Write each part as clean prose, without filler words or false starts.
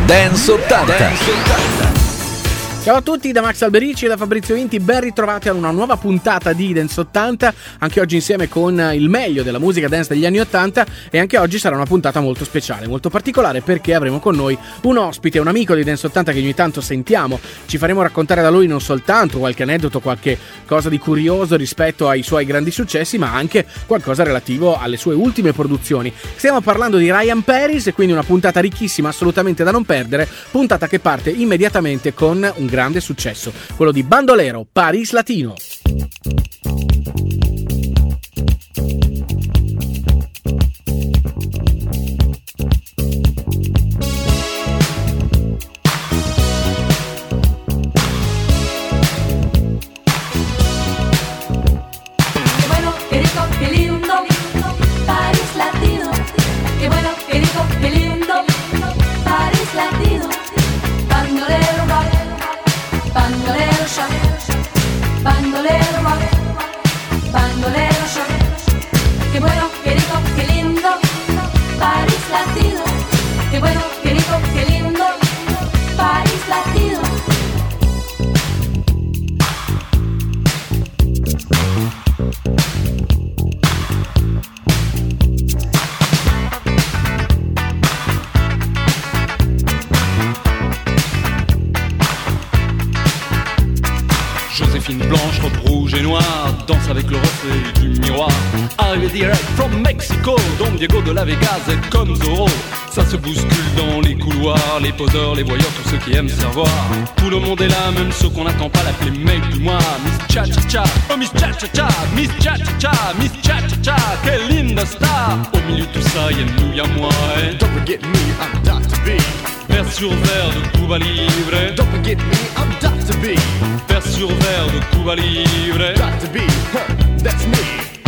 Dance 80. Ciao a tutti da Max Alberici e da Fabrizio Inti, ben ritrovati a una nuova puntata di Dance 80, anche oggi insieme con il meglio della musica dance degli anni 80 e anche oggi sarà una puntata molto speciale, molto particolare perché avremo con noi un ospite, un amico di Dance 80 che ogni tanto sentiamo, ci faremo raccontare da lui non soltanto qualche aneddoto, qualche cosa di curioso rispetto ai suoi grandi successi, ma anche qualcosa relativo alle sue ultime produzioni. Stiamo parlando di Ryan Paris e quindi una puntata ricchissima, assolutamente da non perdere, puntata che parte immediatamente con un grande successo, quello di Bandolero, Paris Latino. Blanche, robe rouge et noire, danse avec le reflet du miroir. Arrivé direct from Mexico, Don Diego de la Vegas est comme Zorro. Ça se bouscule dans les couloirs, les poseurs, les voyeurs, tous ceux qui aiment savoir. Tout le monde est là, même ceux qu'on n'attend pas, l'appeler mec du mois. Miss Cha-Cha-Cha, oh Miss Cha-Cha-Cha, Miss Cha-Cha-Cha, Miss Cha-Cha-Cha, quelle linda star. Au milieu de tout ça, y'a nous, y'a moi, eh. Don't forget me, I'm Dr. B. Verre sur verre de Cuba Libre. Don't forget me, I'm Dr. B. Verre sur verre de Cuba Libre. Dr. B, that's me.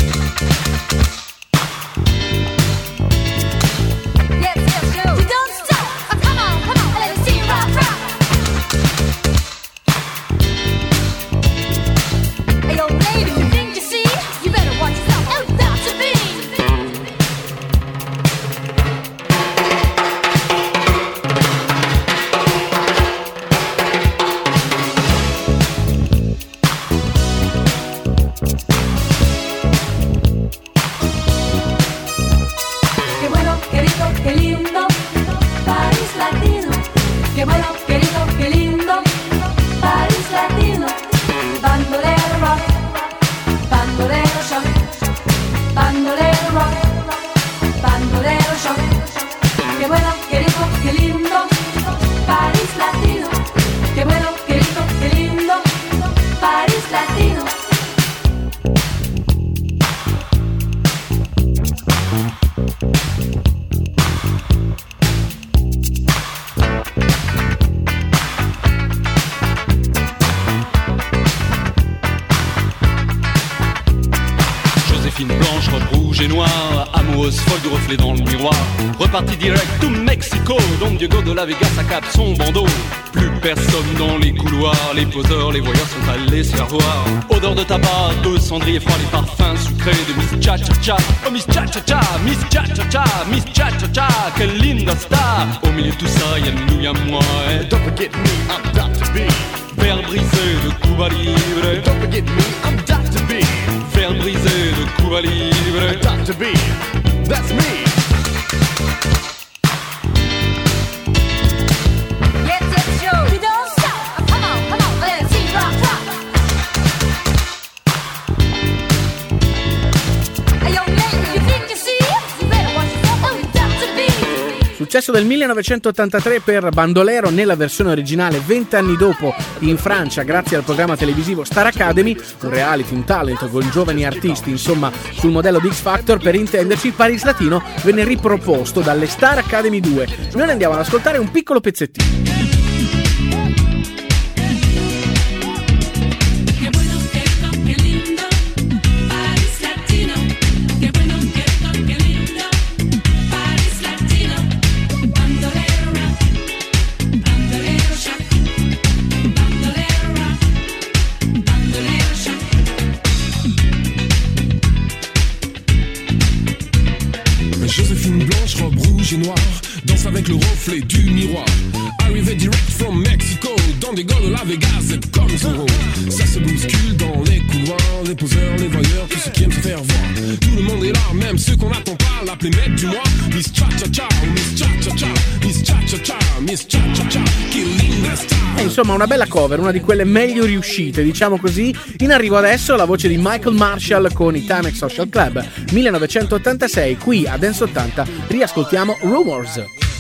Blanche, robe rouge et noire, amoureuse folle du reflet dans le miroir. Reparti direct to Mexico, Don Diego de la Vegas accable son bandeau. Plus personne dans les couloirs, les poseurs, les voyeurs sont allés se faire voir. Odeur de tabac, de cendrier froid, les parfums sucrés de Miss Cha-Cha-Cha. Oh Miss Cha-Cha-Cha, Miss Cha-Cha-Cha, Miss Cha-Cha-Cha, quelle linda star. Au milieu de tout ça, y'a nous, y'a moi, eh. Don't forget me, I'm Dr. B. Verre brisé de Cuba Libre. Don't forget me, I'm Dr. B. Verre brisé de Cuba Libre. Dr. B, that's me. Successo del 1983 per Bandolero nella versione originale 20 anni dopo in Francia grazie al programma televisivo Star Academy, un reality, un talent con giovani artisti, insomma sul modello di X Factor per intenderci. Paris Latino venne riproposto dalle Star Academy 2. Noi andiamo ad ascoltare un piccolo pezzettino. Joséphine blanche, robe rouge et noire, danse avec le reflet du miroir. miroir. Arrivé direct from Mexico, dans des gars de la Vegas comme Zorro. Ça se bouscule dans les couloirs, les poseurs, les voyeurs, tous ceux qui aiment se faire voir. Tout le monde est là, même ceux qu'on n'attend pas, l'appeler maître du mois. Miss Cha-Cha-Cha, Miss Cha-Cha-Cha, Miss Cha-Cha-Cha, Miss Cha-Cha-Cha, killing the star. Insomma, una bella cover, una di quelle meglio riuscite, diciamo così. In arrivo adesso la voce di Michael Marshall con i Timex Social Club 1986. Qui a Dance 80 riascoltiamo Rumors.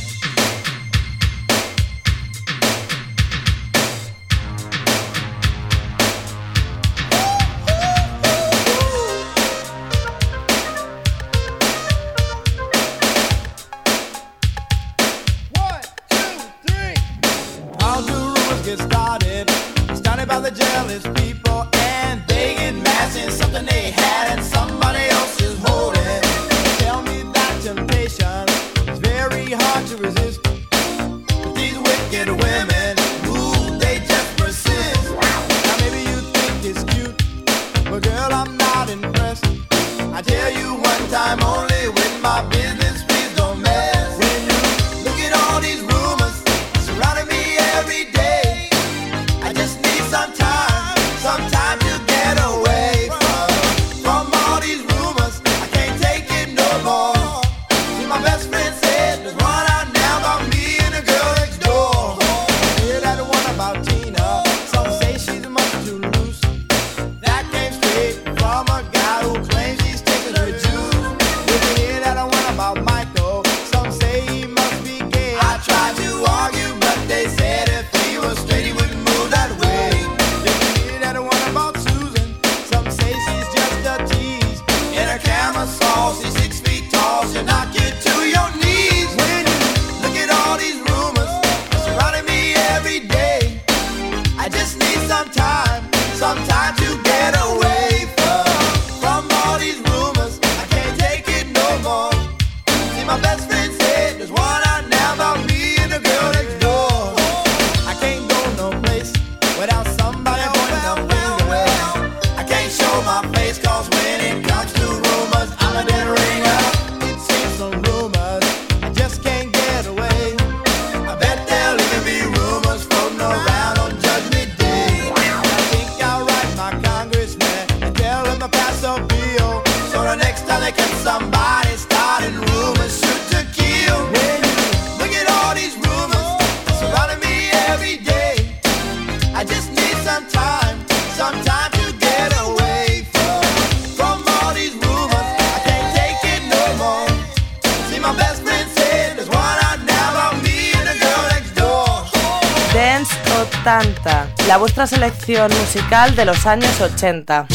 La vuestra selección musical de los años 80.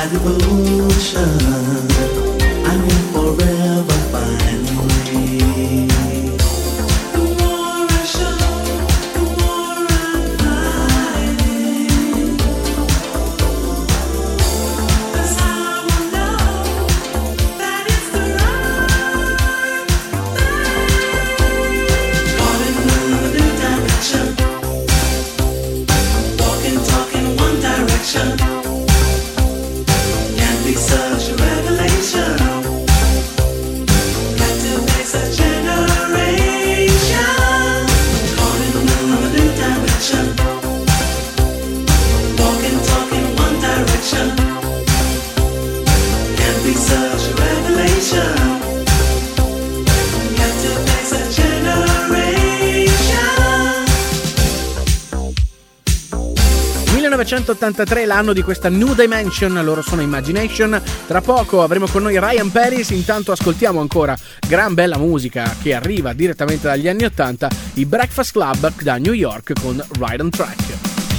1983, l'anno di questa New Dimension, loro sono Imagination. Tra poco avremo con noi Ryan Paris, intanto ascoltiamo ancora gran bella musica che arriva direttamente dagli anni 80, i Breakfast Club da New York con Ride on Track.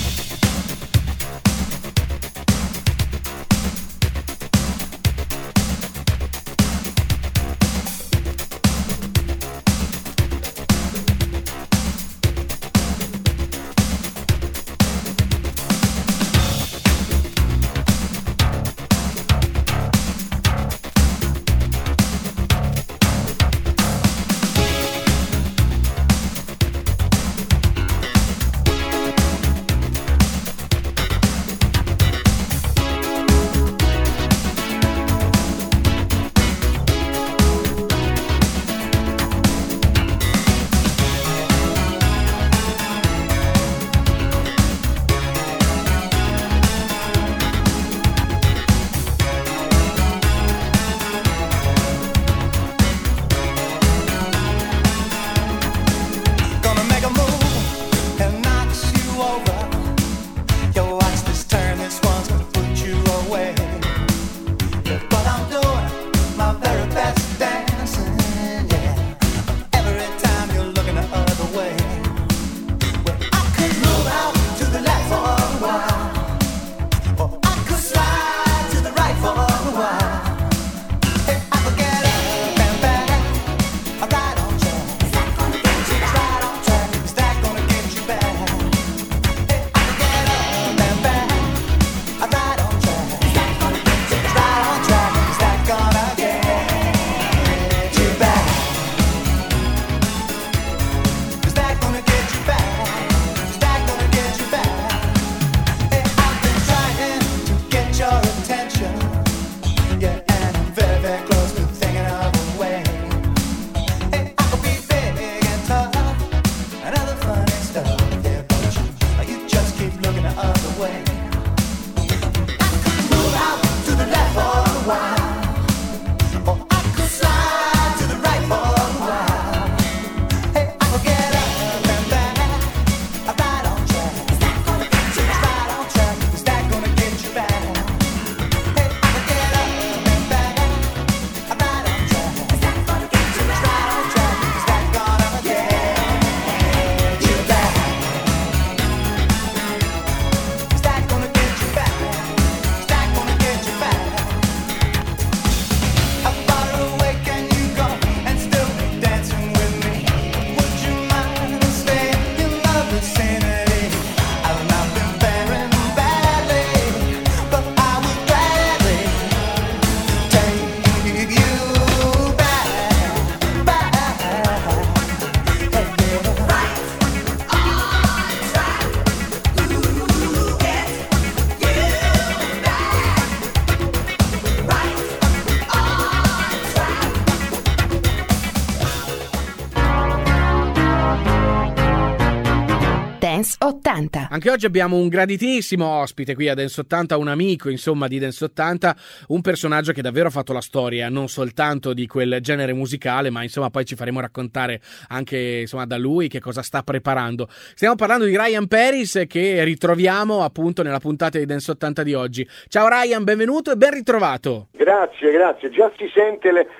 80. Anche oggi abbiamo un graditissimo ospite qui a Dance 80, un amico insomma di Dance 80, un personaggio che davvero ha fatto la storia non soltanto di quel genere musicale, ma insomma poi ci faremo raccontare anche insomma da lui che cosa sta preparando. Stiamo parlando di Ryan Paris, che ritroviamo appunto nella puntata di Dance 80 di oggi. Ciao Ryan, benvenuto e ben ritrovato. Grazie, già si sente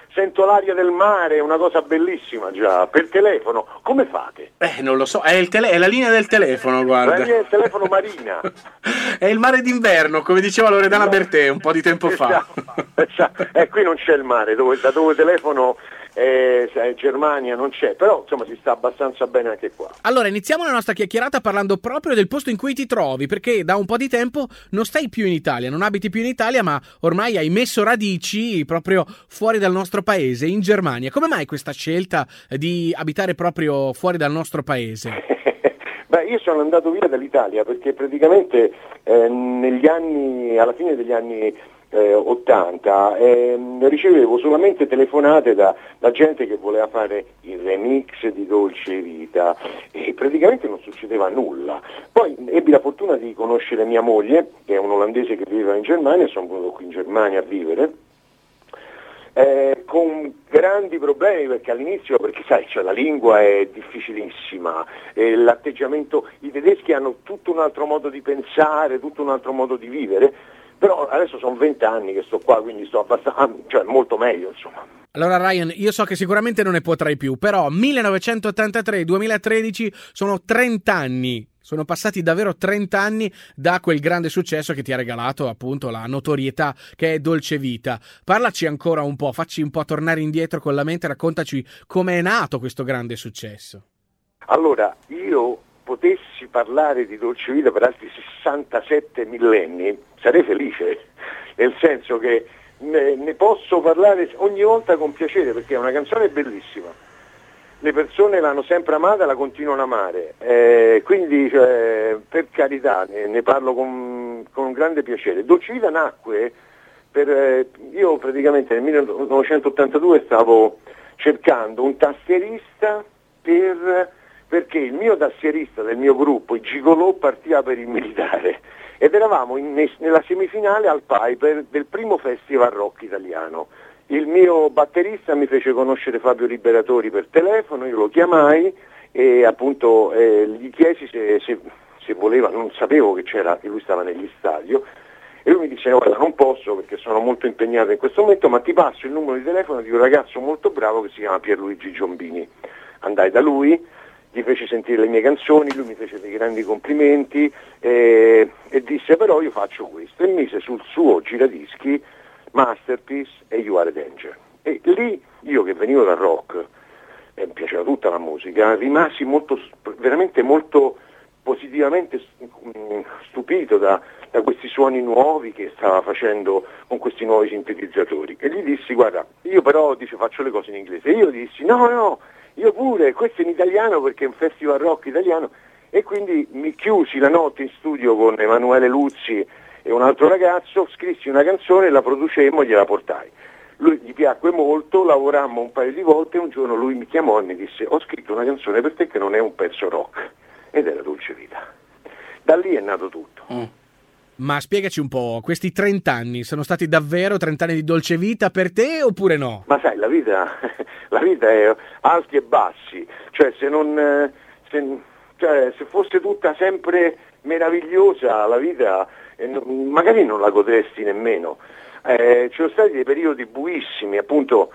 sento l'aria del mare, è una cosa bellissima già, per telefono. Come fate? Non lo so, è la linea del telefono, guarda. La linea del telefono marina. È il mare d'inverno, come diceva Loredana Bertè un po' di tempo fa. Esatto. Qui non c'è il mare, da dove telefono Germania non c'è, però insomma si sta abbastanza bene anche qua. Allora iniziamo la nostra chiacchierata parlando proprio del posto in cui ti trovi, perché da un po' di tempo non stai più in Italia, non abiti più in Italia, ma ormai hai messo radici proprio fuori dal nostro paese, in Germania. Come mai questa scelta di abitare proprio fuori dal nostro paese? Beh, io sono andato via dall'Italia perché praticamente alla fine degli anni 80 ricevevo solamente telefonate da gente che voleva fare il remix di Dolce Vita e praticamente non succedeva nulla. Poi ebbi la fortuna di conoscere mia moglie, che è un olandese che viveva in Germania, sono venuto qui in Germania a vivere, con grandi problemi perché all'inizio, perché sai, cioè, la lingua è difficilissima, l'atteggiamento, i tedeschi hanno tutto un altro modo di pensare, tutto un altro modo di vivere. Però adesso sono 20 anni che sto qua, quindi sto abbastanza, cioè molto meglio, insomma. Allora Ryan, io so che sicuramente non ne potrai più, però 1983-2013 sono 30 anni. Sono passati davvero 30 anni da quel grande successo che ti ha regalato appunto la notorietà che è Dolce Vita. Parlaci ancora un po', facci un po' tornare indietro con la mente, raccontaci come è nato questo grande successo. Allora, io potessi parlare di Dolce Vita per altri 67 millenni, sarei felice, nel senso che ne posso parlare ogni volta con piacere, perché è una canzone bellissima, le persone l'hanno sempre amata e la continuano a amare, quindi cioè, per carità ne parlo con grande piacere. Dolce Vita nacque io praticamente nel 1982 stavo cercando un tastierista perché il mio tastierista del mio gruppo, i Gigolò, partiva per il militare ed eravamo nella semifinale al Piper del primo festival rock italiano. Il mio batterista mi fece conoscere Fabio Liberatori per telefono, io lo chiamai e appunto gli chiesi se voleva, non sapevo che lui stava negli stadio, e lui mi disse: guarda, non posso perché sono molto impegnato in questo momento, ma ti passo il numero di telefono di un ragazzo molto bravo che si chiama Pierluigi Giombini. Andai da lui, gli fece sentire le mie canzoni, lui mi fece dei grandi complimenti e disse: però io faccio questo, e mise sul suo giradischi Masterpiece e You Are a Danger. E lì io, che venivo dal rock e mi piaceva tutta la musica, rimasi veramente molto positivamente stupito da questi suoni nuovi che stava facendo con questi nuovi sintetizzatori, e gli dissi: guarda, io però faccio le cose in inglese, e io dissi no, io pure, questo in italiano perché è un festival rock italiano, e quindi mi chiusi la notte in studio con Emanuele Luzzi e un altro ragazzo, scrissi una canzone, la producemmo e gliela portai. Lui gli piacque molto, lavorammo un paio di volte, e un giorno lui mi chiamò e mi disse: ho scritto una canzone per te che non è un pezzo rock, ed era Dolce Vita. Da lì è nato tutto. Ma spiegaci un po', questi 30 anni sono stati davvero 30 anni di Dolce Vita per te oppure no? Ma sai, la vita è alti e bassi, cioè se fosse tutta sempre meravigliosa la vita, magari non la godresti nemmeno. Ci sono stati dei periodi buissimi, appunto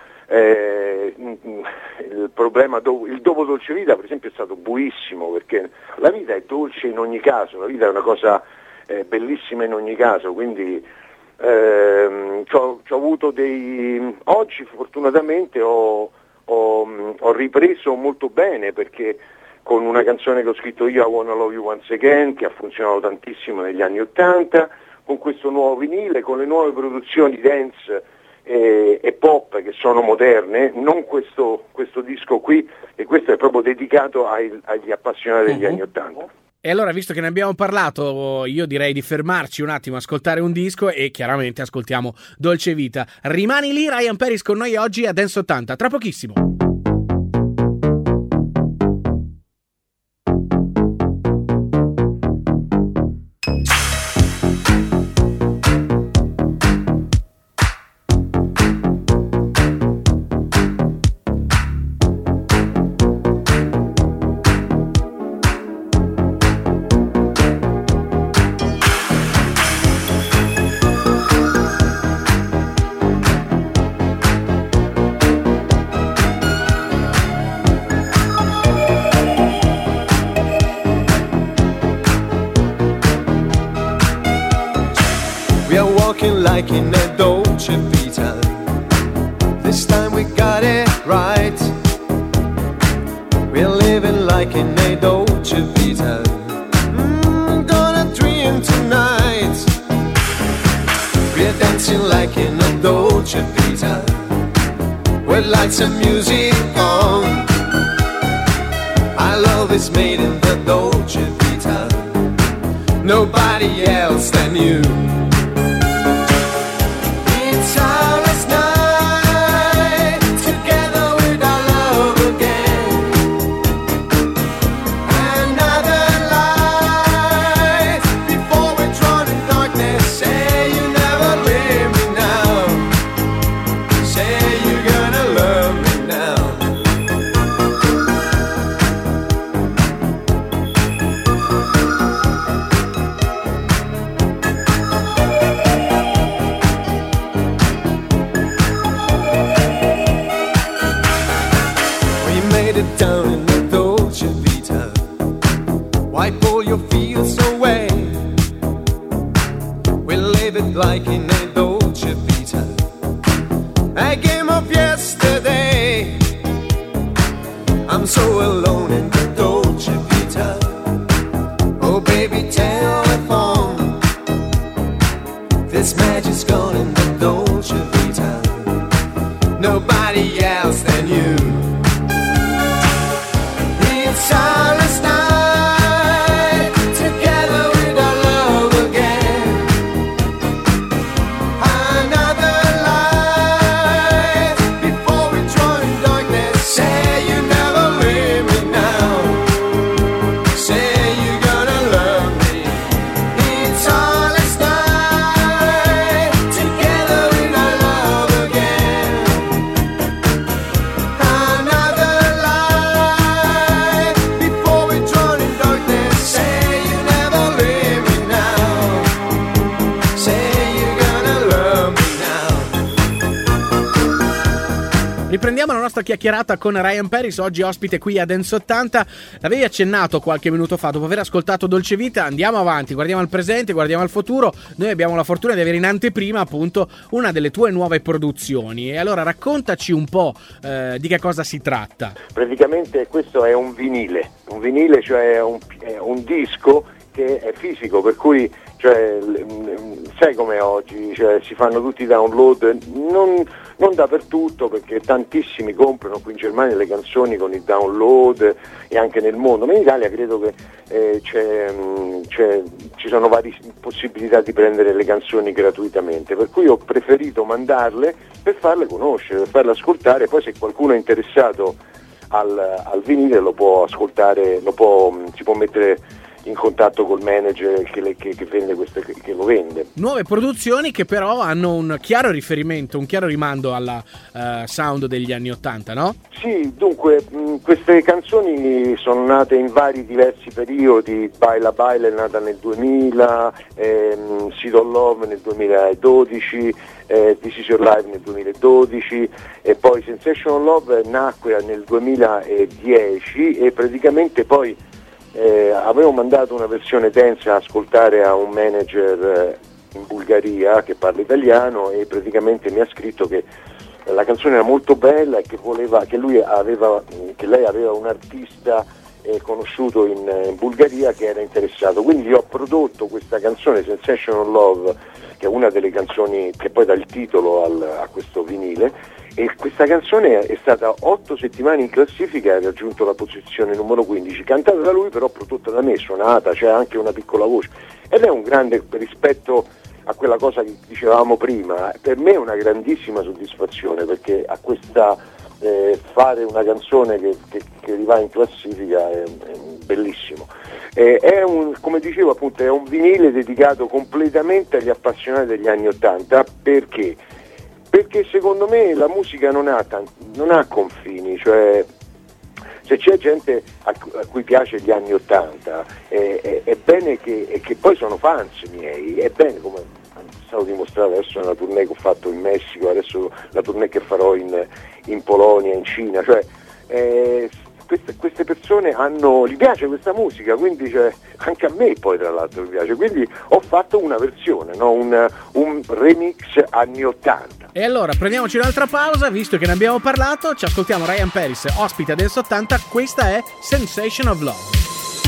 il dopo Dolce Vita per esempio è stato buissimo, perché la vita è dolce in ogni caso, la vita è una cosa bellissima in ogni caso, quindi c'ho avuto oggi fortunatamente ho ripreso molto bene, perché con una canzone che ho scritto io, I Wanna Love You Once Again, che ha funzionato tantissimo negli anni '80, con questo nuovo vinile, con le nuove produzioni dance e pop che sono moderne, non questo disco qui, e questo è proprio dedicato agli appassionati degli anni '80. E allora, visto che ne abbiamo parlato, io direi di fermarci un attimo, ascoltare un disco, e chiaramente ascoltiamo Dolce Vita. Rimani lì, Ryan Paris con noi oggi a Dance 80, tra pochissimo. walking like in a Dolce Vita. This time we got it right. We're living like in a Dolce Vita. Gonna dream tonight. We're dancing like in a Dolce Vita. With lights and music on. Our love is made in the Dolce Vita. Nobody else than you. It's our last night together with our love again. Another light before we're drawn in darkness. Say you never leave me now. Say you're gonna love me now. Down in the Dolce Vita, wipe all your fears away. We live it like in a Dolce Vita, a game of yesterday. I'm so alone in the Dolce Vita. Oh baby, telephone. This magic's gone in the Dolce Vita. Nobody else than you. It's our last night together with our love again. Another light before we join darkness. Say you never leave me now. Say you're gonna love me. It's our last night together with our love again. Another light before we drown in darkness. Say you never leave me now. Say you're gonna love me now. Riprendiamo la nostra chiacchierata con Ryan Paris, oggi ospite qui a Dance 80. L'avevi accennato qualche minuto fa, dopo aver ascoltato Dolce Vita. Andiamo avanti, guardiamo al presente, guardiamo al futuro. Noi abbiamo la fortuna di avere in anteprima appunto una delle tue nuove produzioni. E allora raccontaci un po' di che cosa si tratta. Praticamente questo è un vinile, cioè è un disco che è fisico, per cui cioè, sai come oggi, cioè, si fanno tutti i download, non dappertutto, perché tantissimi comprano qui in Germania le canzoni con il download e anche nel mondo, ma in Italia credo che ci sono varie possibilità di prendere le canzoni gratuitamente, per cui ho preferito mandarle per farle conoscere, per farle ascoltare. Poi se qualcuno è interessato al vinile lo può ascoltare, si può mettere in contatto col manager che vende che lo vende. Nuove produzioni che però hanno un chiaro riferimento, un chiaro rimando alla sound degli anni 80, no? Sì, dunque queste canzoni sono nate in vari diversi periodi. Baila Baila è nata nel 2000, Seed of Love nel 2012, This Is Your Life nel 2012 e poi Sensation of Love nacque nel 2010 e praticamente poi avevo mandato una versione dance a ascoltare a un manager in Bulgaria che parla italiano e praticamente mi ha scritto che la canzone era molto bella e che lei aveva un artista conosciuto in Bulgaria che era interessato, quindi ho prodotto questa canzone Sensation of Love, che è una delle canzoni che poi dà il titolo a questo vinile, e questa canzone è stata 8 settimane in classifica e ha raggiunto la posizione numero 15, cantata da lui però prodotta da me, suonata, c'è anche una piccola voce, ed è un grande, rispetto a quella cosa che dicevamo prima, per me è una grandissima soddisfazione, perché a questa fare una canzone che va in classifica è bellissimo. Come dicevo appunto, è un vinile dedicato completamente agli appassionati degli anni 80, perché secondo me la musica non ha confini, cioè se c'è gente a cui piace gli anni 80 è bene che poi sono fans miei, è bene, come è stato dimostrato adesso nella tournée che ho fatto in Messico, adesso la tournée che farò in Polonia, in Cina, cioè queste persone gli piace questa musica, quindi anche a me poi tra l'altro mi piace, quindi ho fatto una versione, no? un remix anni 80. E allora prendiamoci un'altra pausa, visto che ne abbiamo parlato, ci ascoltiamo Ryan Paris, ospite a Dance 80, questa è Sensation of Love.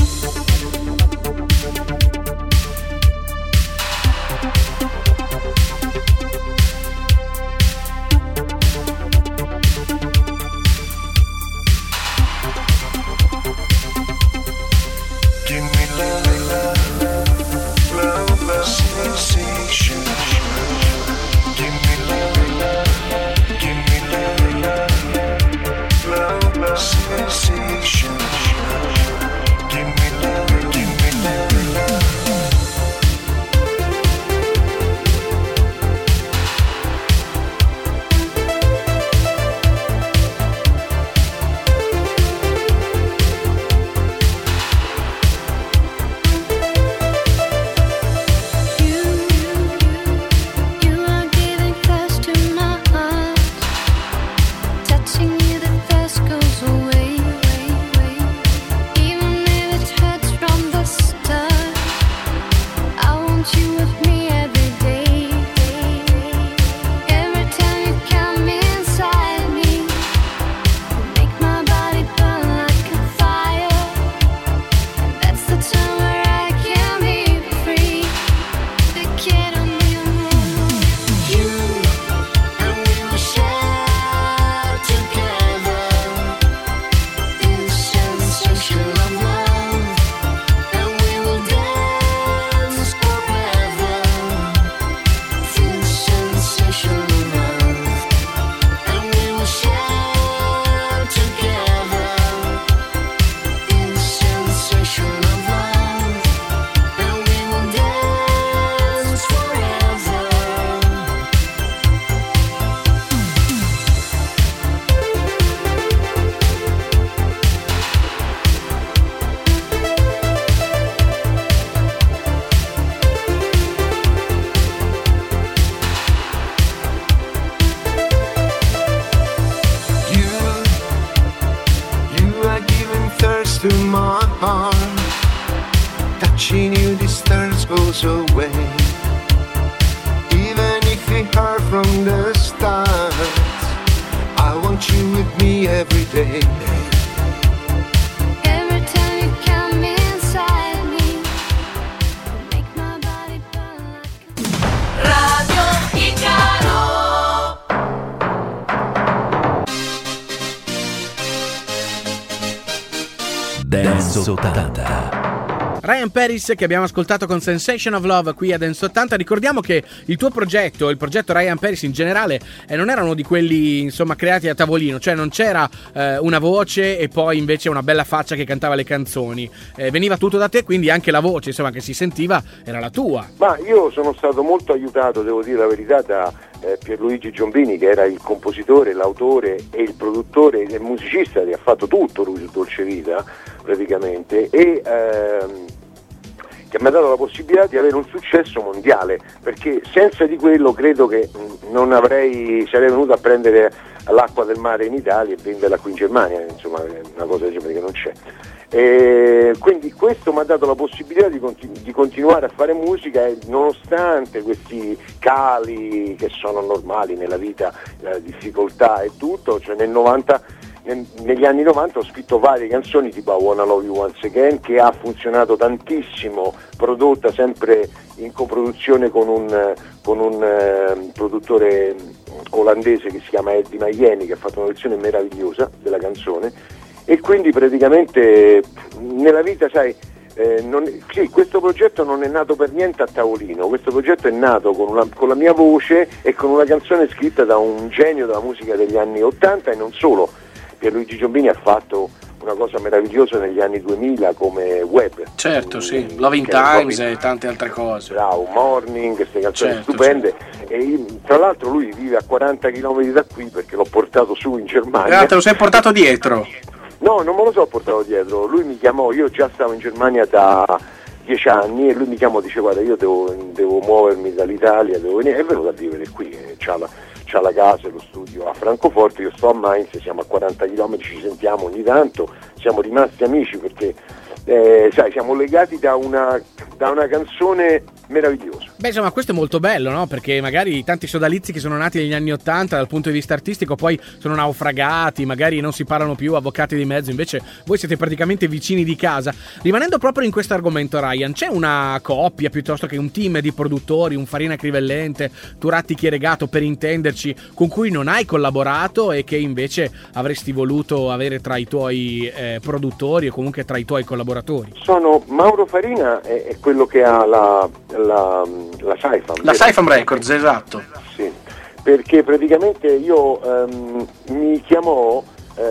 To my heart, touching you, this thirst goes away. Even if we are from the start, I want you with me every day. Every time you come inside me, you make my body burn like Radio Icaro. Dance 80. Ryan Paris che abbiamo ascoltato con Sensation of Love qui a Dance 80. Ricordiamo che il tuo progetto, il progetto Ryan Paris in generale, non era uno di quelli insomma creati a tavolino, cioè non c'era una voce e poi invece una bella faccia che cantava le canzoni, veniva tutto da te, quindi anche la voce insomma che si sentiva era la tua. Ma io sono stato molto aiutato, devo dire la verità, da Pierluigi Giombini, che era il compositore, l'autore e il produttore e il musicista che ha fatto tutto lui su Dolce Vita praticamente, e che mi ha dato la possibilità di avere un successo mondiale, perché senza di quello credo che non sarei venuto a prendere l'acqua del mare in Italia e venderla qui in Germania, insomma una cosa del genere che non c'è. E quindi questo mi ha dato la possibilità di continuare a fare musica, e nonostante questi cali che sono normali nella vita, la difficoltà e tutto, cioè negli anni 90 ho scritto varie canzoni tipo I Wanna Love You Once Again, che ha funzionato tantissimo, prodotta sempre in coproduzione con un produttore olandese che si chiama Eddie Maieni, che ha fatto una versione meravigliosa della canzone. E quindi praticamente nella vita, sai, sì, questo progetto non è nato per niente a tavolino, questo progetto è nato con la mia voce e con una canzone scritta da un genio della musica degli anni 80 e non solo. Pierluigi Giombini ha fatto una cosa meravigliosa negli anni 2000 come Web. Certo, sì, Loving Times e tante altre cose. Bravo, Morning, queste canzoni certo, stupende. Certo. E tra l'altro lui vive a 40 km da qui, perché l'ho portato su in Germania. Te lo sei portato dietro? No, non me lo so portato dietro, lui mi chiamò, io già stavo in Germania da 10 anni e lui mi chiamò, dice guarda io devo muovermi dall'Italia, devo venire, è venuto a vivere qui, c'ha c'ha la casa e lo studio a Francoforte, io sto a Mainz, siamo a 40 km, ci sentiamo ogni tanto, siamo rimasti amici perché sai, siamo legati da una canzone meravigliosa. Beh, insomma, questo è molto bello, no? Perché magari tanti sodalizi che sono nati negli anni '80 dal punto di vista artistico poi sono naufragati, magari non si parlano più, avvocati di mezzo, invece voi siete praticamente vicini di casa. Rimanendo proprio in questo argomento, Ryan, c'è una coppia piuttosto che un team di produttori, un Farina Crivellente, Turatti Chieregato per intenderci, con cui non hai collaborato e che invece avresti voluto avere tra i tuoi produttori o comunque tra i tuoi collaboratori? Sono Mauro Farina, è quello che ha la Saifam. La Saifam Records, esatto. Sì, perché praticamente io mi chiamò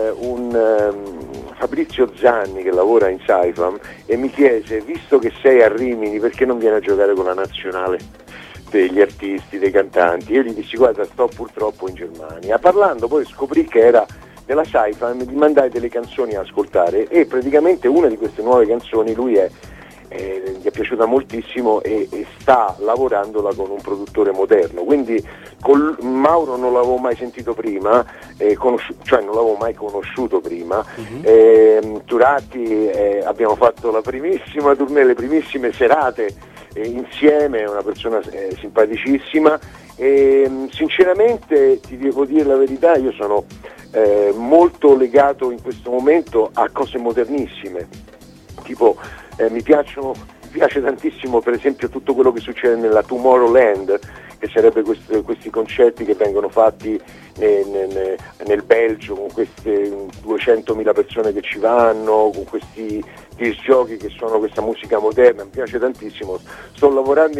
Fabrizio Zanni che lavora in Saifam e mi chiese, visto che sei a Rimini, perché non vieni a giocare con la nazionale degli artisti, dei cantanti? Io gli dissi, guarda, sto purtroppo in Germania. Parlando poi scoprì che era della Saifam, gli mandai delle canzoni a ascoltare e praticamente una di queste nuove canzoni lui gli è piaciuta moltissimo e sta lavorandola con un produttore moderno, quindi con Mauro non l'avevo mai sentito prima, cioè non l'avevo mai conosciuto prima. Turatti, abbiamo fatto la primissima tournée, le primissime serate insieme, è una persona simpaticissima e sinceramente ti devo dire la verità, io sono molto legato in questo momento a cose modernissime, tipo mi piace tantissimo per esempio tutto quello che succede nella Tomorrowland, che sarebbe questi concerti che vengono fatti nel Belgio con queste 200.000 persone che ci vanno, con questi disc jockey che sono questa musica moderna, mi piace tantissimo, sto lavorando in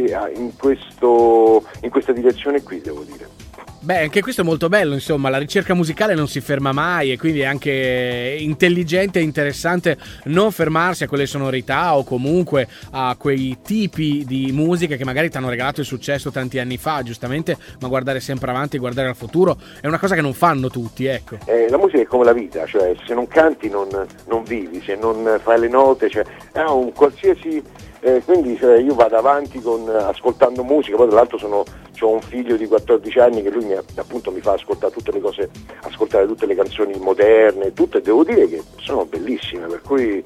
questa direzione qui, devo dire. Beh, anche questo è molto bello, insomma, la ricerca musicale non si ferma mai e quindi è anche intelligente e interessante non fermarsi a quelle sonorità o comunque a quei tipi di musica che magari ti hanno regalato il successo tanti anni fa, giustamente, ma guardare sempre avanti, guardare al futuro è una cosa che non fanno tutti, ecco. La musica è come la vita, cioè se non canti non vivi, se non fai le note, cioè un qualsiasi... quindi io vado avanti ascoltando musica, poi tra l'altro ho un figlio di 14 anni che lui mi fa ascoltare tutte le cose, ascoltare tutte le canzoni moderne, tutte, devo dire che sono bellissime, per cui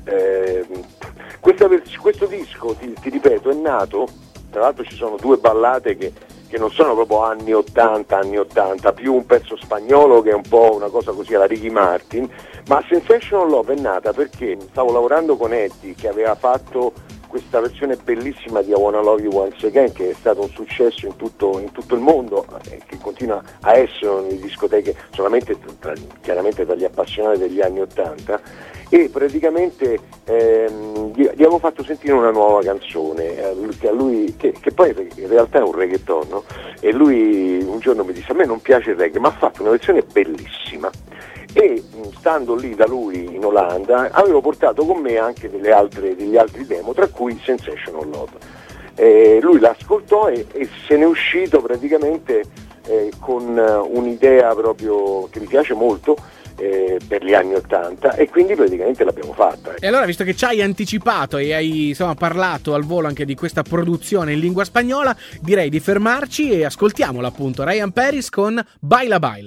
questo disco, ti ripeto, è nato, tra l'altro ci sono due ballate che non sono proprio anni 80, più un pezzo spagnolo che è un po' una cosa così alla Ricky Martin, ma Sensational Love è nata perché stavo lavorando con Eddie che aveva fatto questa versione bellissima di I Wanna Love You Once Again, che è stato un successo in tutto il mondo, che continua a essere nelle discoteche solamente chiaramente tra gli appassionati degli anni 80, e praticamente gli avevo fatto sentire una nuova canzone che a lui, che poi in realtà è un reggaeton, no? E lui un giorno mi disse, a me non piace il reggae, ma ha fatto una versione bellissima. E stando lì da lui in Olanda avevo portato con me anche degli altri demo, tra cui Sensational Love. Lui l'ascoltò e se n'è uscito praticamente con un'idea proprio che mi piace molto per gli anni 80 e quindi praticamente l'abbiamo fatta. E allora, visto che ci hai anticipato e hai parlato al volo anche di questa produzione in lingua spagnola, direi di fermarci e ascoltiamola appunto, Ryan Paris con Baila Baila.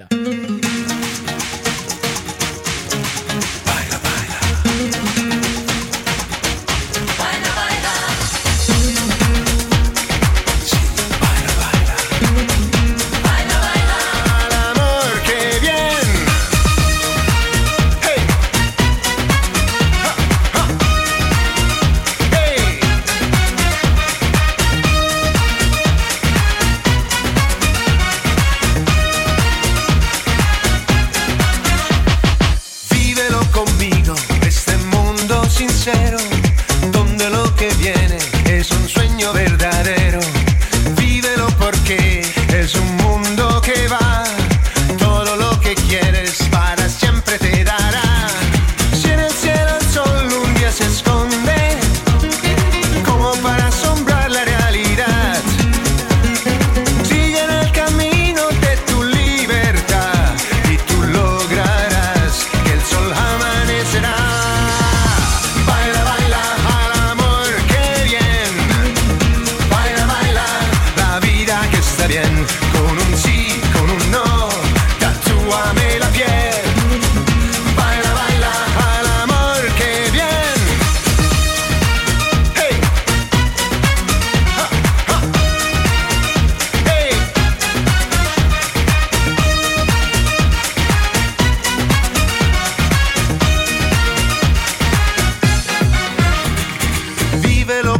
Donde lo que viene es un sueño verdadero. Vívelo porque es un mundo que va. Todo lo que quieres para siempre te dará. Si en el cielo el sol un día se esconde, como para asombrar la realidad, sigue en el camino de tu libertad y tú lograrás que el sol amanecerá. Baila, baila.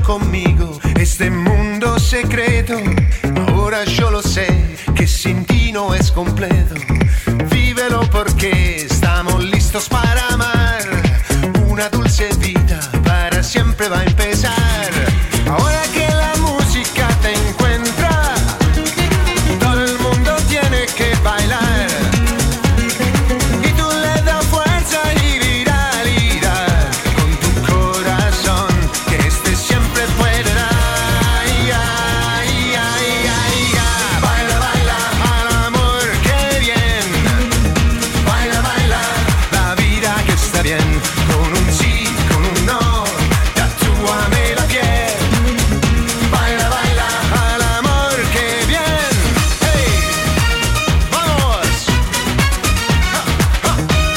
conmigo este mundo secreto. Ahora yo lo sé que sin ti no es completo. Vívelo porque estamos listos para amar. Una dulce vida para siempre va a empezar. Ahora que la música te encuentra, todo el mundo tiene que bailar. Y tú le das fuerza y viralidad con tu corazón, que este siempre puede dar. Ay, ay, ay, ay, ay. Baila, baila, al amor, qué bien. Baila, baila, la vida que está bien. Con un sí, con un no, tatúame la piel. Baila, baila, al amor, qué bien. Hey, vamos. Ha, ha.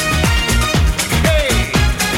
Hey.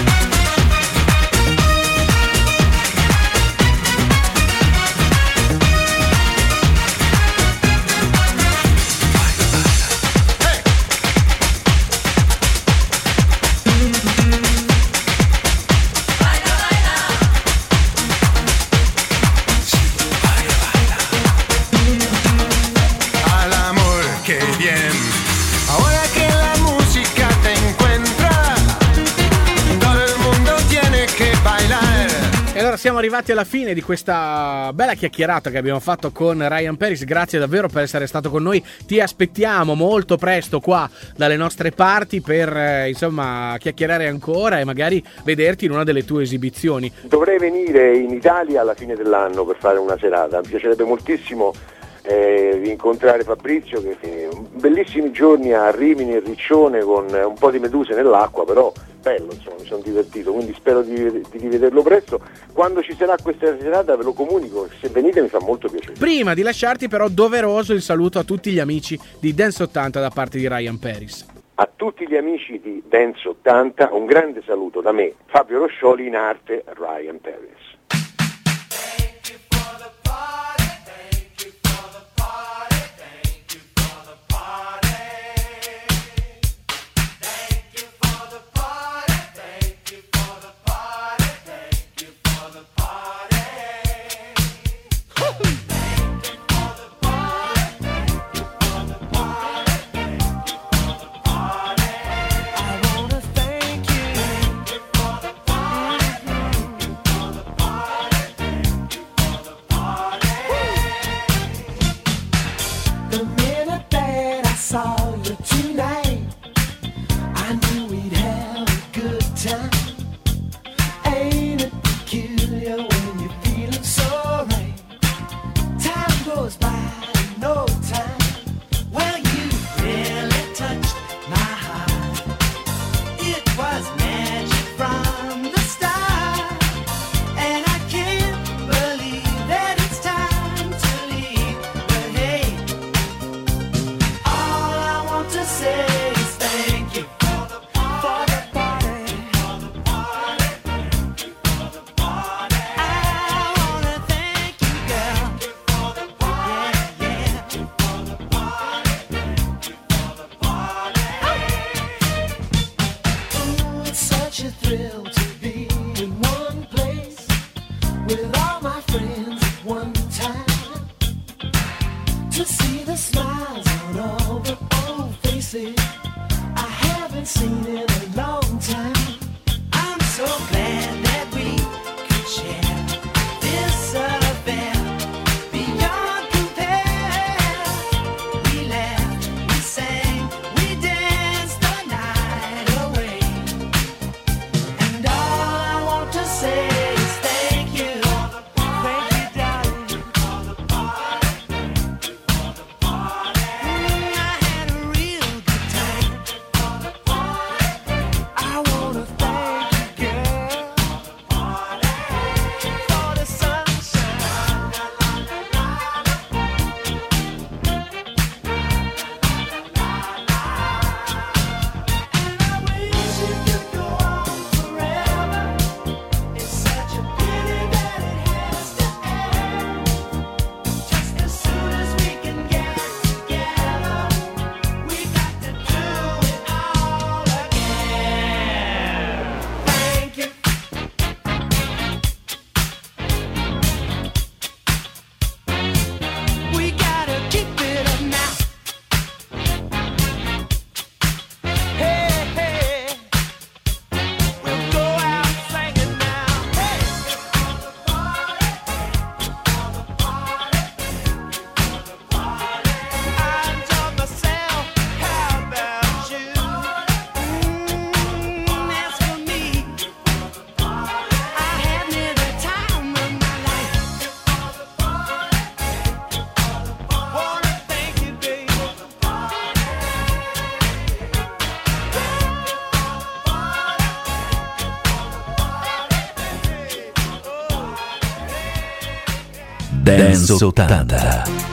Al amor, qué bien. Ahora que la música te encuentra, todo el mundo tiene que bailar. E allora siamo arrivati alla fine di questa bella chiacchierata che abbiamo fatto con Ryan Paris. Grazie davvero per essere stato con noi. Ti aspettiamo molto presto qua dalle nostre parti per insomma chiacchierare ancora e magari vederti in una delle tue esibizioni. Dovrei venire in Italia alla fine dell'anno per fare una serata. Mi piacerebbe moltissimo incontrare Fabrizio, che bellissimi giorni a Rimini e Riccione con un po' di meduse nell'acqua, però bello, insomma, mi sono divertito, quindi spero di rivederlo presto. Quando ci sarà questa serata ve lo comunico, se venite mi fa molto piacere. Prima di lasciarti però doveroso il saluto a tutti gli amici di Dance 80 da parte di Ryan Paris. A tutti gli amici di Dance 80 un grande saluto da me, Fabio Roscioli, in arte Ryan Paris. Dance 80.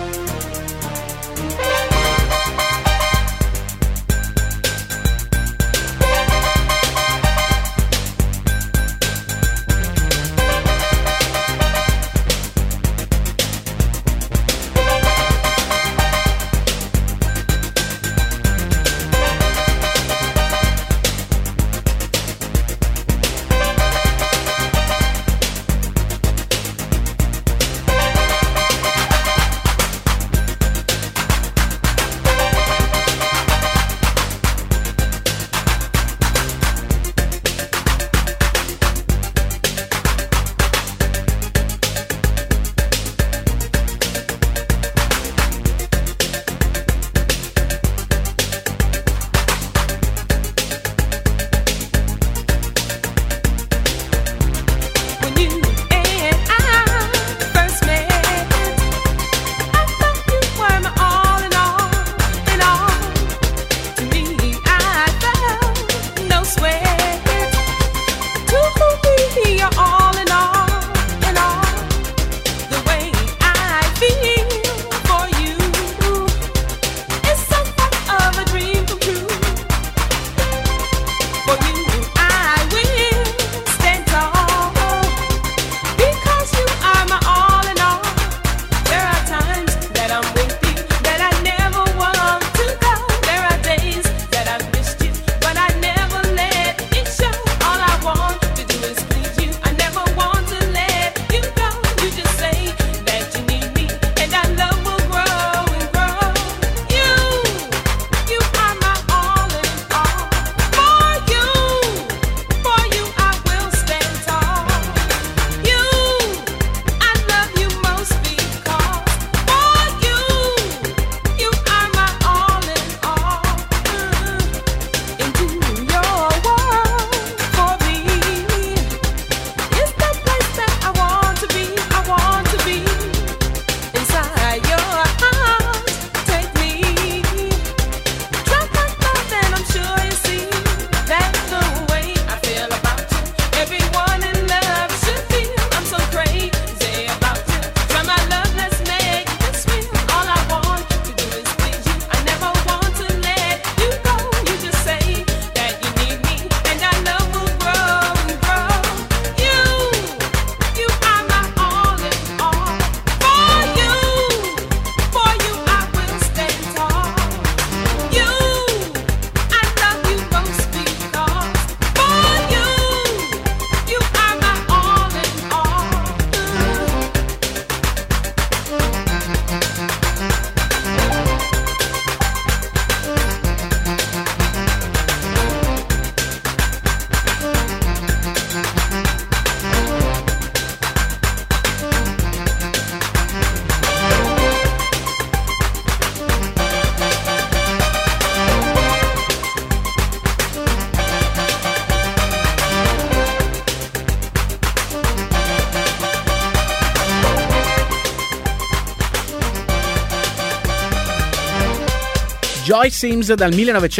Joy Sims dal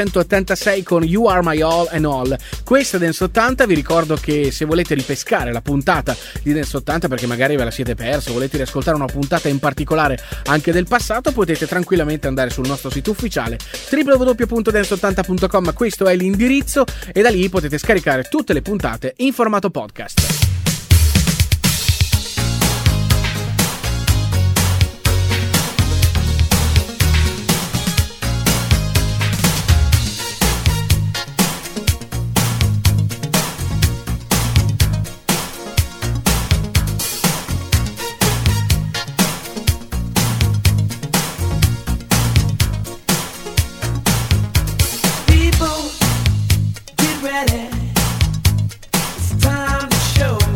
1986 con You Are My All and All. Questa è Dance 80, vi ricordo che se volete ripescare la puntata di Dance 80 perché magari ve la siete persa, volete riascoltare una puntata in particolare anche del passato, potete tranquillamente andare sul nostro sito ufficiale www.dance80.com, questo è l'indirizzo e da lì potete scaricare tutte le puntate in formato podcast. It's time to show.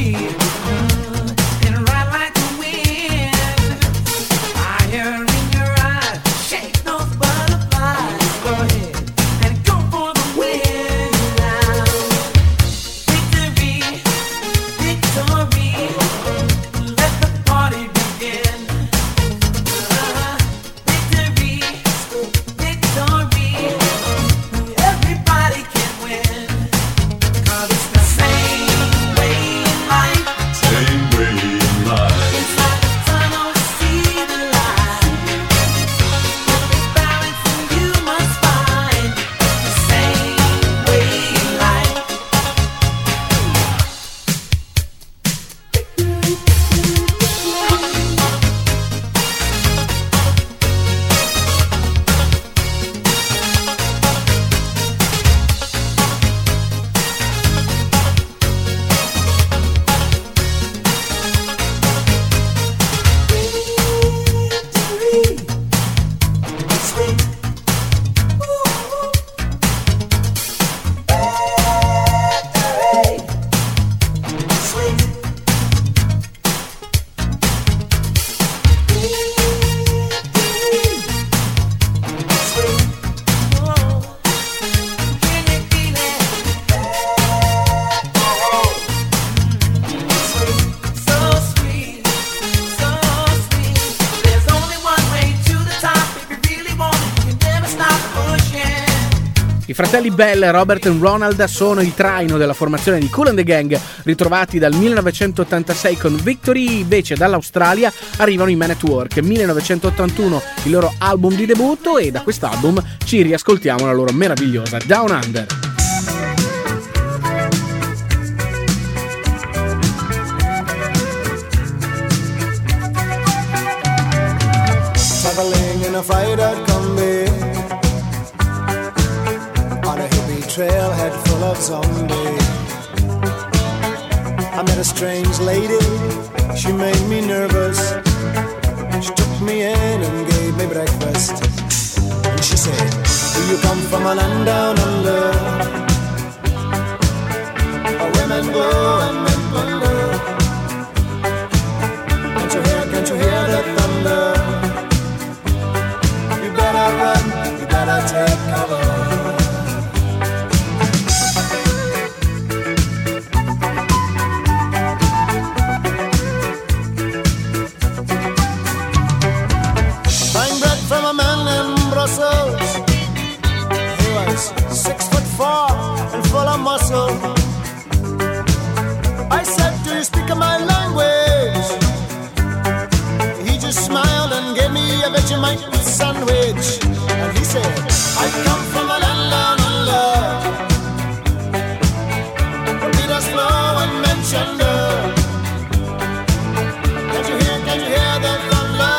I fratelli Bell, Robert e Ronald, sono il traino della formazione di Kool and the Gang, ritrovati dal 1986 con Victory. Invece dall'Australia arrivano i Men at Work, 1981 il loro album di debutto, e da quest'album ci riascoltiamo la loro meravigliosa Down Under. Traveling in a freighter combi on a hippie trailhead full of zombies. I met a strange lady, she made me nervous. She took me in and gave me breakfast. And she said, do you come from a land down under, where women go and men wonder? Can't you hear the thunder? You better run, you better take cover. He was 6'4" and full of muscle. I said, do you speak my language? He just smiled and gave me a Vegemite sandwich. And he said, I come from a land down under, where Peter's flow and mentioned her. Can't you hear the thunder?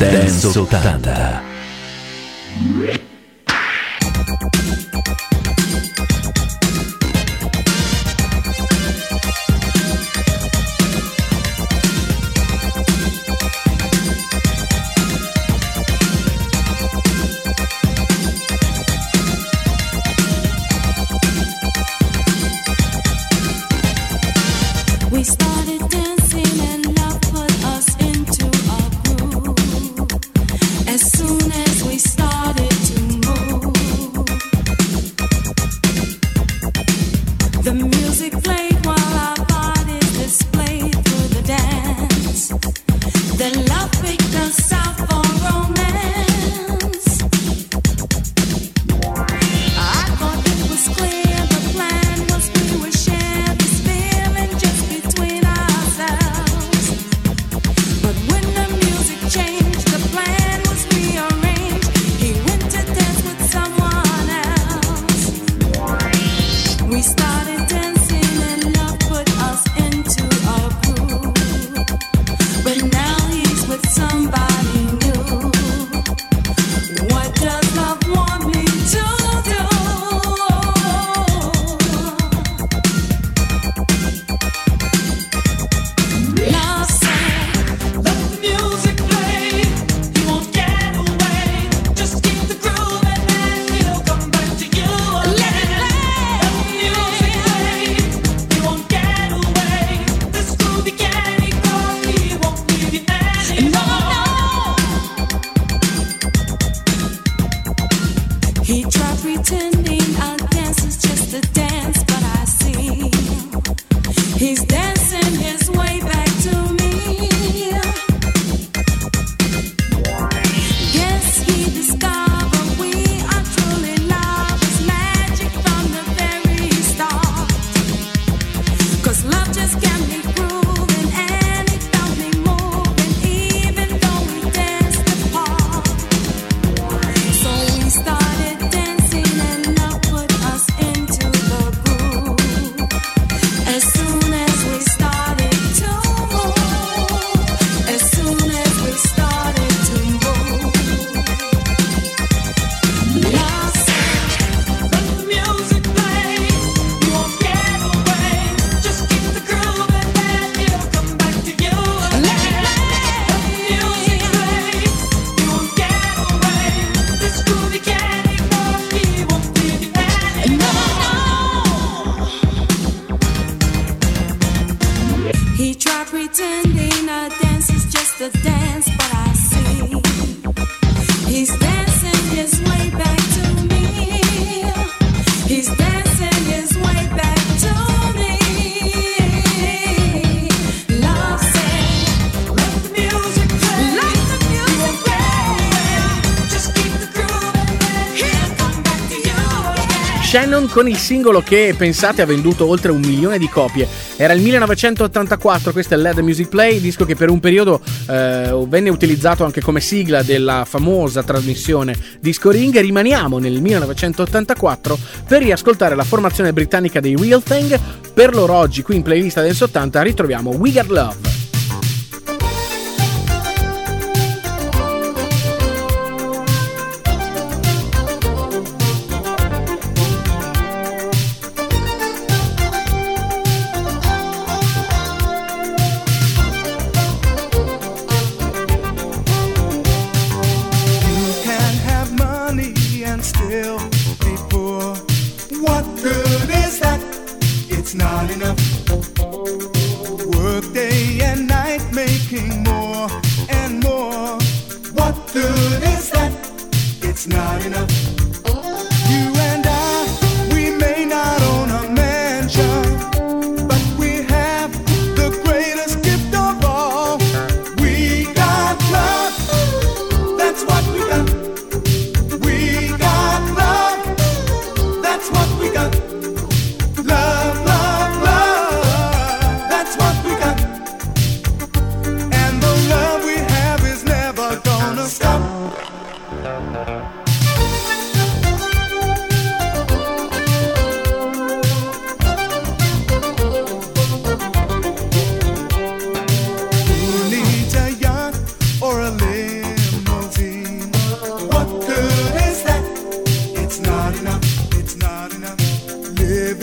Dance 80. We started dancing and love put us into a groove. As soon as we started to move, the music played while our bodies displayed through the dance. Then love picked us out for romance. I thought it was clear the plan was we would share this feeling just between ourselves. But when the music changed, the plan was rearranged. He went to dance with someone else. We started dancing and love put us into a groove. But now he's with somebody new. What does love want me to do? Love said, let the music play. You won't get away. Just keep the groove and then he'll come back to you. Let it play. Let the music play. You won't get away. This groovy candy coffee won't leave you anymore. He tried pretending our dance is just a dance, but I see he's dancing his way back to me. Yes, he discovered we are truly love is magic from the very start. 'Cause love just can't be proven and it felt me moving even though we danced apart. So we started dancing and love put us into the groove. As soon as we started to move, as soon as we started to move, love said, let the music play. You won't get away. Just keep the groove and then he'll come back to you. Let the music play. You won't get away. This groovy candy coffee won't leave you anymore. He tried pretending a dance is just a dance, but I see he's dancing his way back to me. He's dancing his way back to me. Love said, let the music play. Let the music play. Just keep the groove and then he'll come back to you again. Shannon con il singolo che, pensate, ha venduto oltre 1 milione di copie. Era il 1984, questo è Let the Music Play, disco che per un periodo venne utilizzato anche come sigla della famosa trasmissione Disco Ring. Rimaniamo nel 1984 per riascoltare la formazione britannica dei Real Thing. Per loro oggi qui in playlist Dance 80 ritroviamo We Got Love. You can have money and still be poor. What good is that? It's not enough. Work day and night making more and more. What good is that? It's not enough. You and I, we may not own a mansion, but we have the greatest gift of all. We got love. That's what we got. We got love. That's what we got. Love, love, love. That's what we got. And the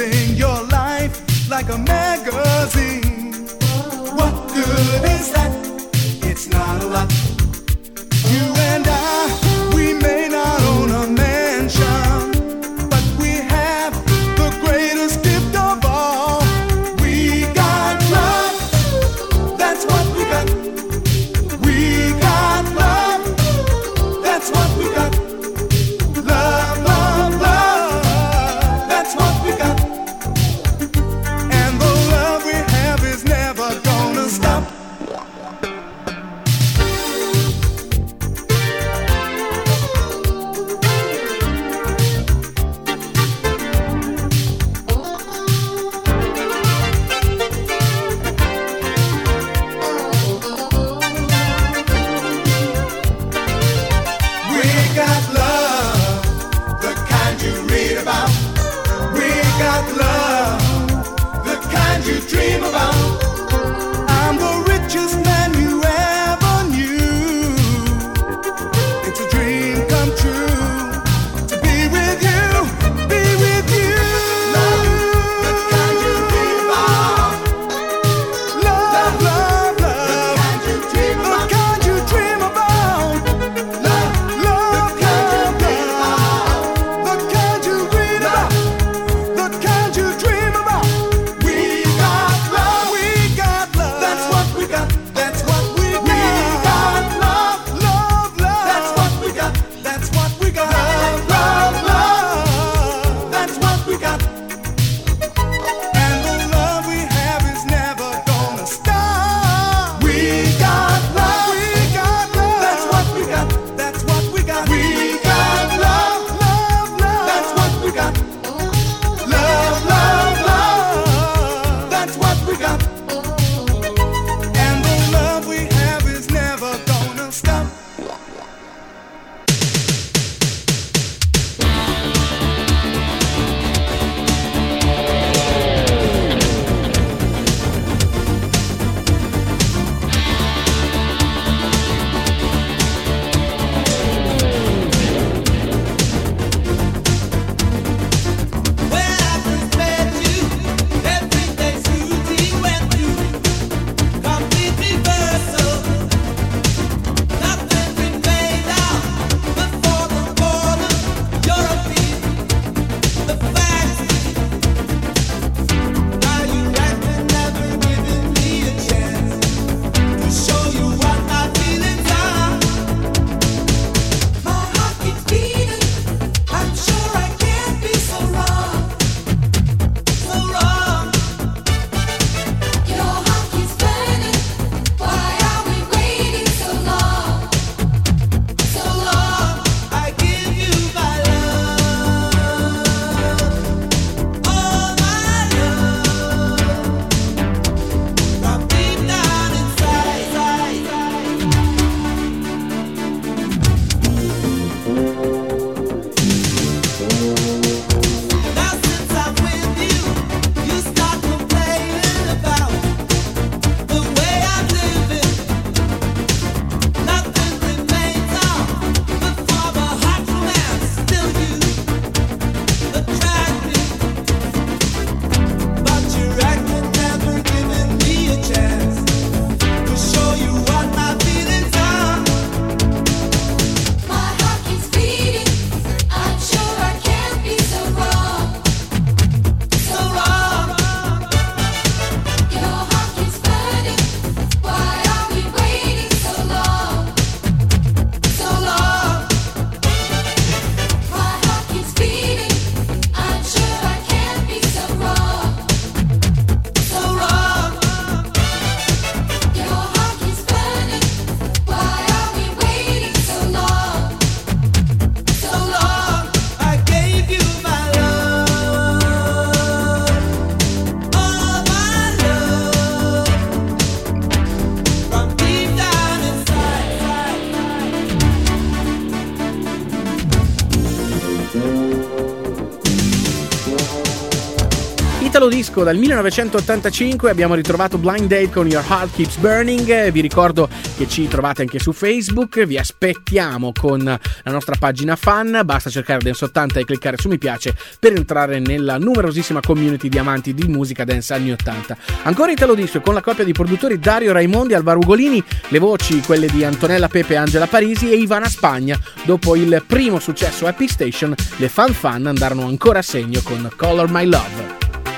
living your life like a magazine. What good is that? It's not a lot. You and I, we may not own a mansion, but we have the greatest gift of all. We got love, that's what we got. We got love, that's what we got. Love, love, love, that's what we got. And the love we have is never gonna stop. Italo disco dal 1985, abbiamo ritrovato Blind Date con Your Heart Keeps Burning. Vi ricordo che ci trovate anche su Facebook, vi aspettiamo con la nostra pagina fan, basta cercare Dance 80 e cliccare su mi piace per entrare nella numerosissima community di amanti di musica dance anni 80. Ancora Italo disco con la coppia di produttori Dario Raimondi e Alvaro Ugolini, le voci quelle di Antonella Pepe e Angela Parisi e Ivana Spagna. Dopo il primo successo Happy Station, le Fan andarono ancora a segno con Color My Love.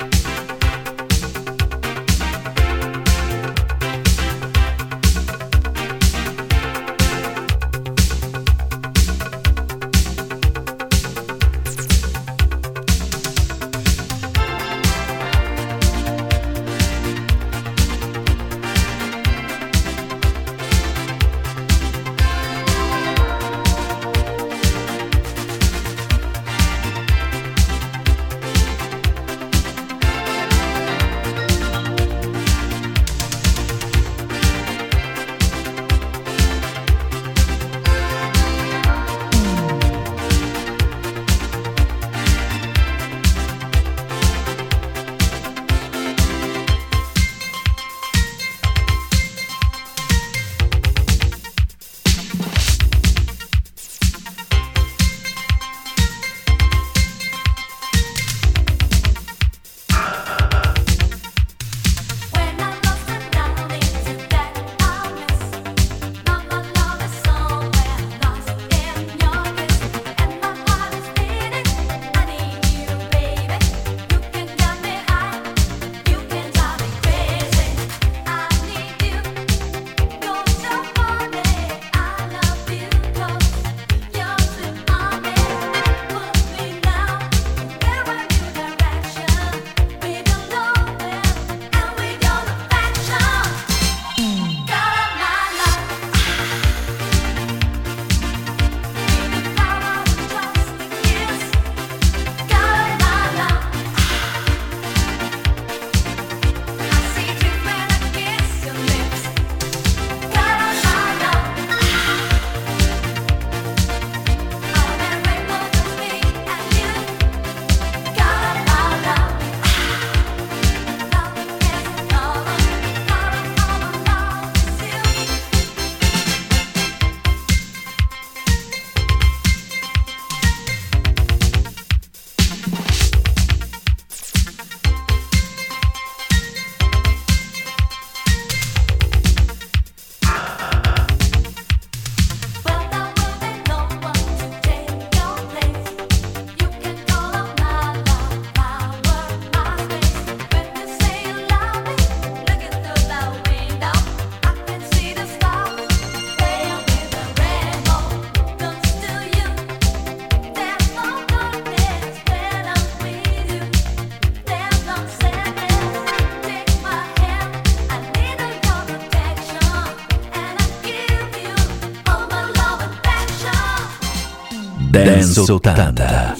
Dance 80.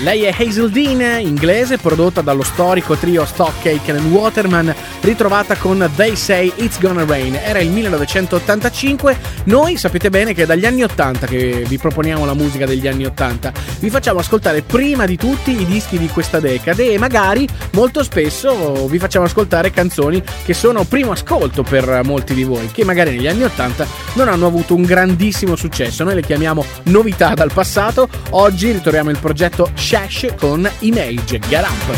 Lei è Hazel Dean, inglese, prodotta dallo storico trio Stockache and Waterman, ritrovata con They Say It's Gonna Rain. Era il 1985. Noi sapete bene che è dagli anni 80 che vi proponiamo la musica degli anni 80. Vi facciamo ascoltare prima di tutti i dischi di questa decade e magari molto spesso vi facciamo ascoltare canzoni che sono primo ascolto per molti di voi, che magari negli anni 80 non hanno avuto un grandissimo successo. Noi le chiamiamo novità dal passato. Oggi ritroviamo il progetto Shash con Image. Get Up.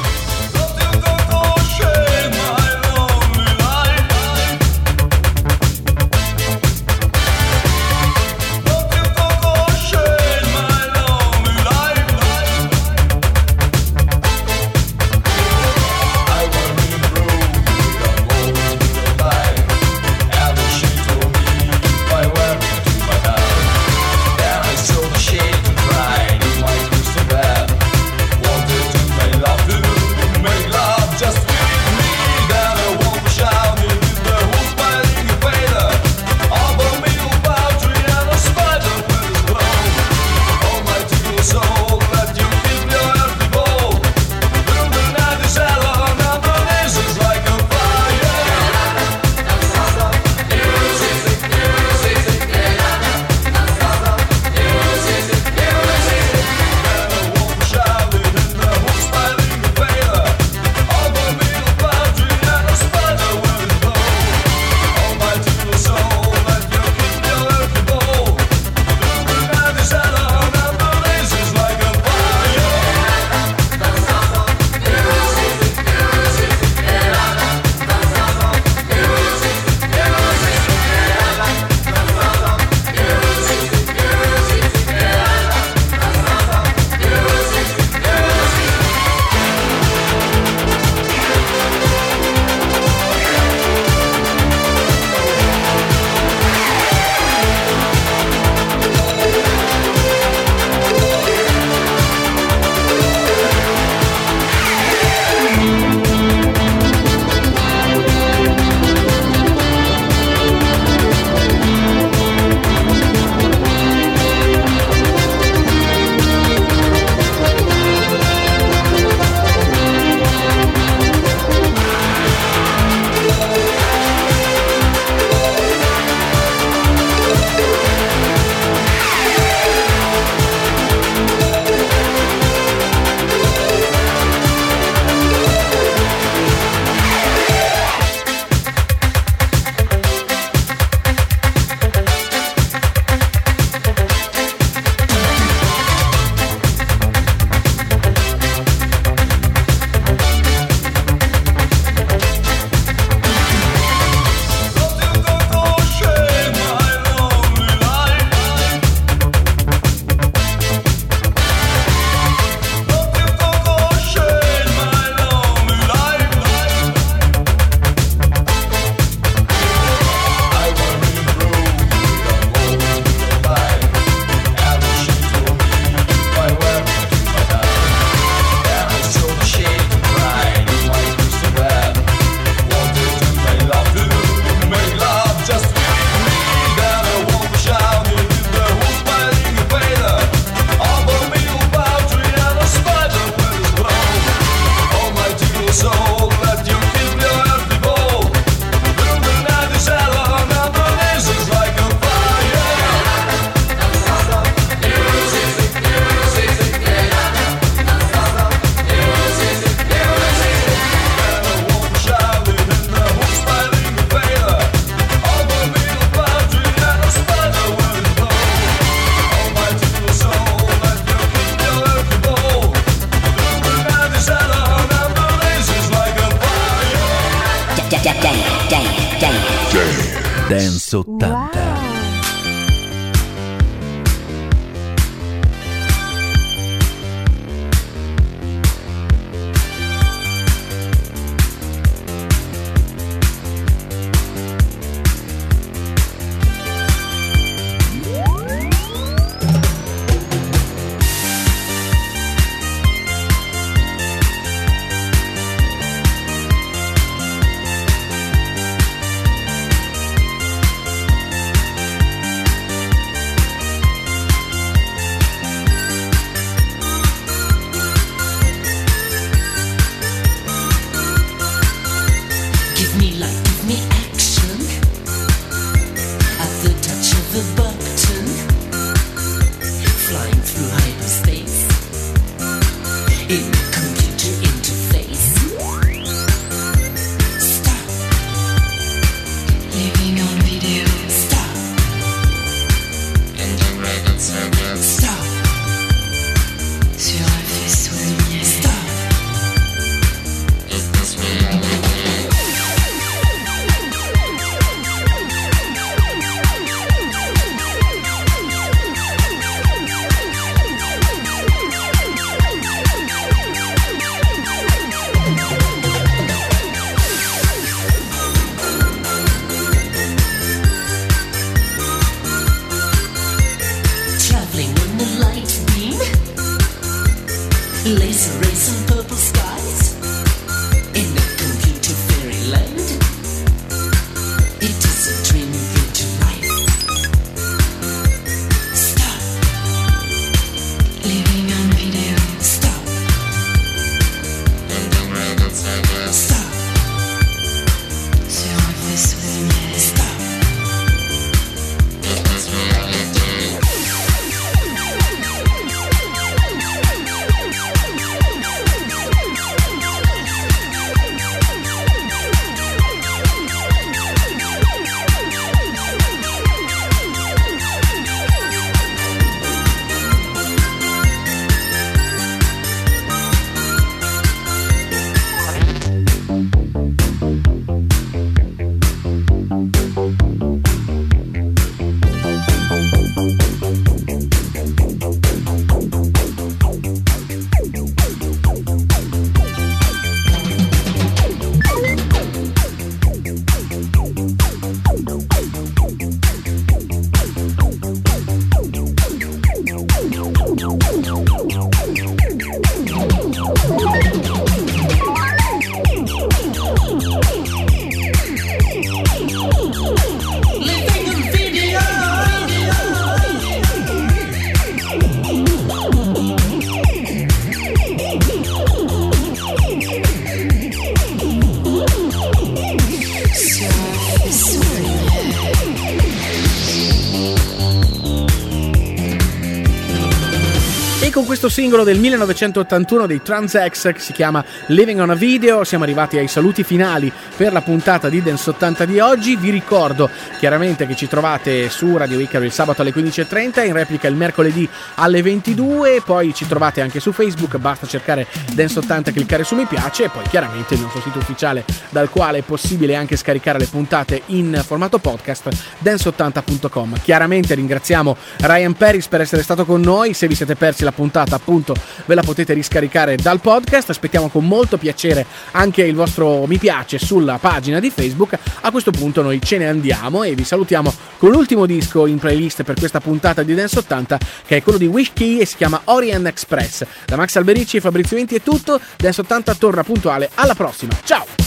Dance 80. Wow. the button, flying through hyperspace in a computer interface. Stop, living on video. Stop, integrated circuit. Stop, sur un faisceau de lumière. Stop, is this reality? Laser rays and purple skies in a computer fairyland. It is a dream brought to life. Stop, living on video. Stop, integrated circuit. Stop, sur un faisceau de lumière. Stop, is this reality? Con questo singolo del 1981 dei Trans-X che si chiama Living on a Video siamo arrivati ai saluti finali per la puntata di Dance 80 di oggi. Vi ricordo chiaramente che ci trovate su Radio Icaro il sabato alle 15.30, in replica il mercoledì alle 22, poi ci trovate anche su Facebook, basta cercare Dance 80 e cliccare su mi piace, e poi chiaramente il nostro sito ufficiale dal quale è possibile anche scaricare le puntate in formato podcast, dance80.com. Chiaramente ringraziamo Ryan Paris per essere stato con noi. Se vi siete persi la puntata appunto ve la potete riscaricare dal podcast. Aspettiamo con molto piacere anche il vostro mi piace sulla pagina di Facebook. A questo punto noi ce ne andiamo e vi salutiamo con l'ultimo disco in playlist per questa puntata di Dance 80, che è quello di Whisky e si chiama Orient Express. Da Max Alberici e Fabrizio Inti è tutto. Dance 80 torna puntuale alla prossima, ciao!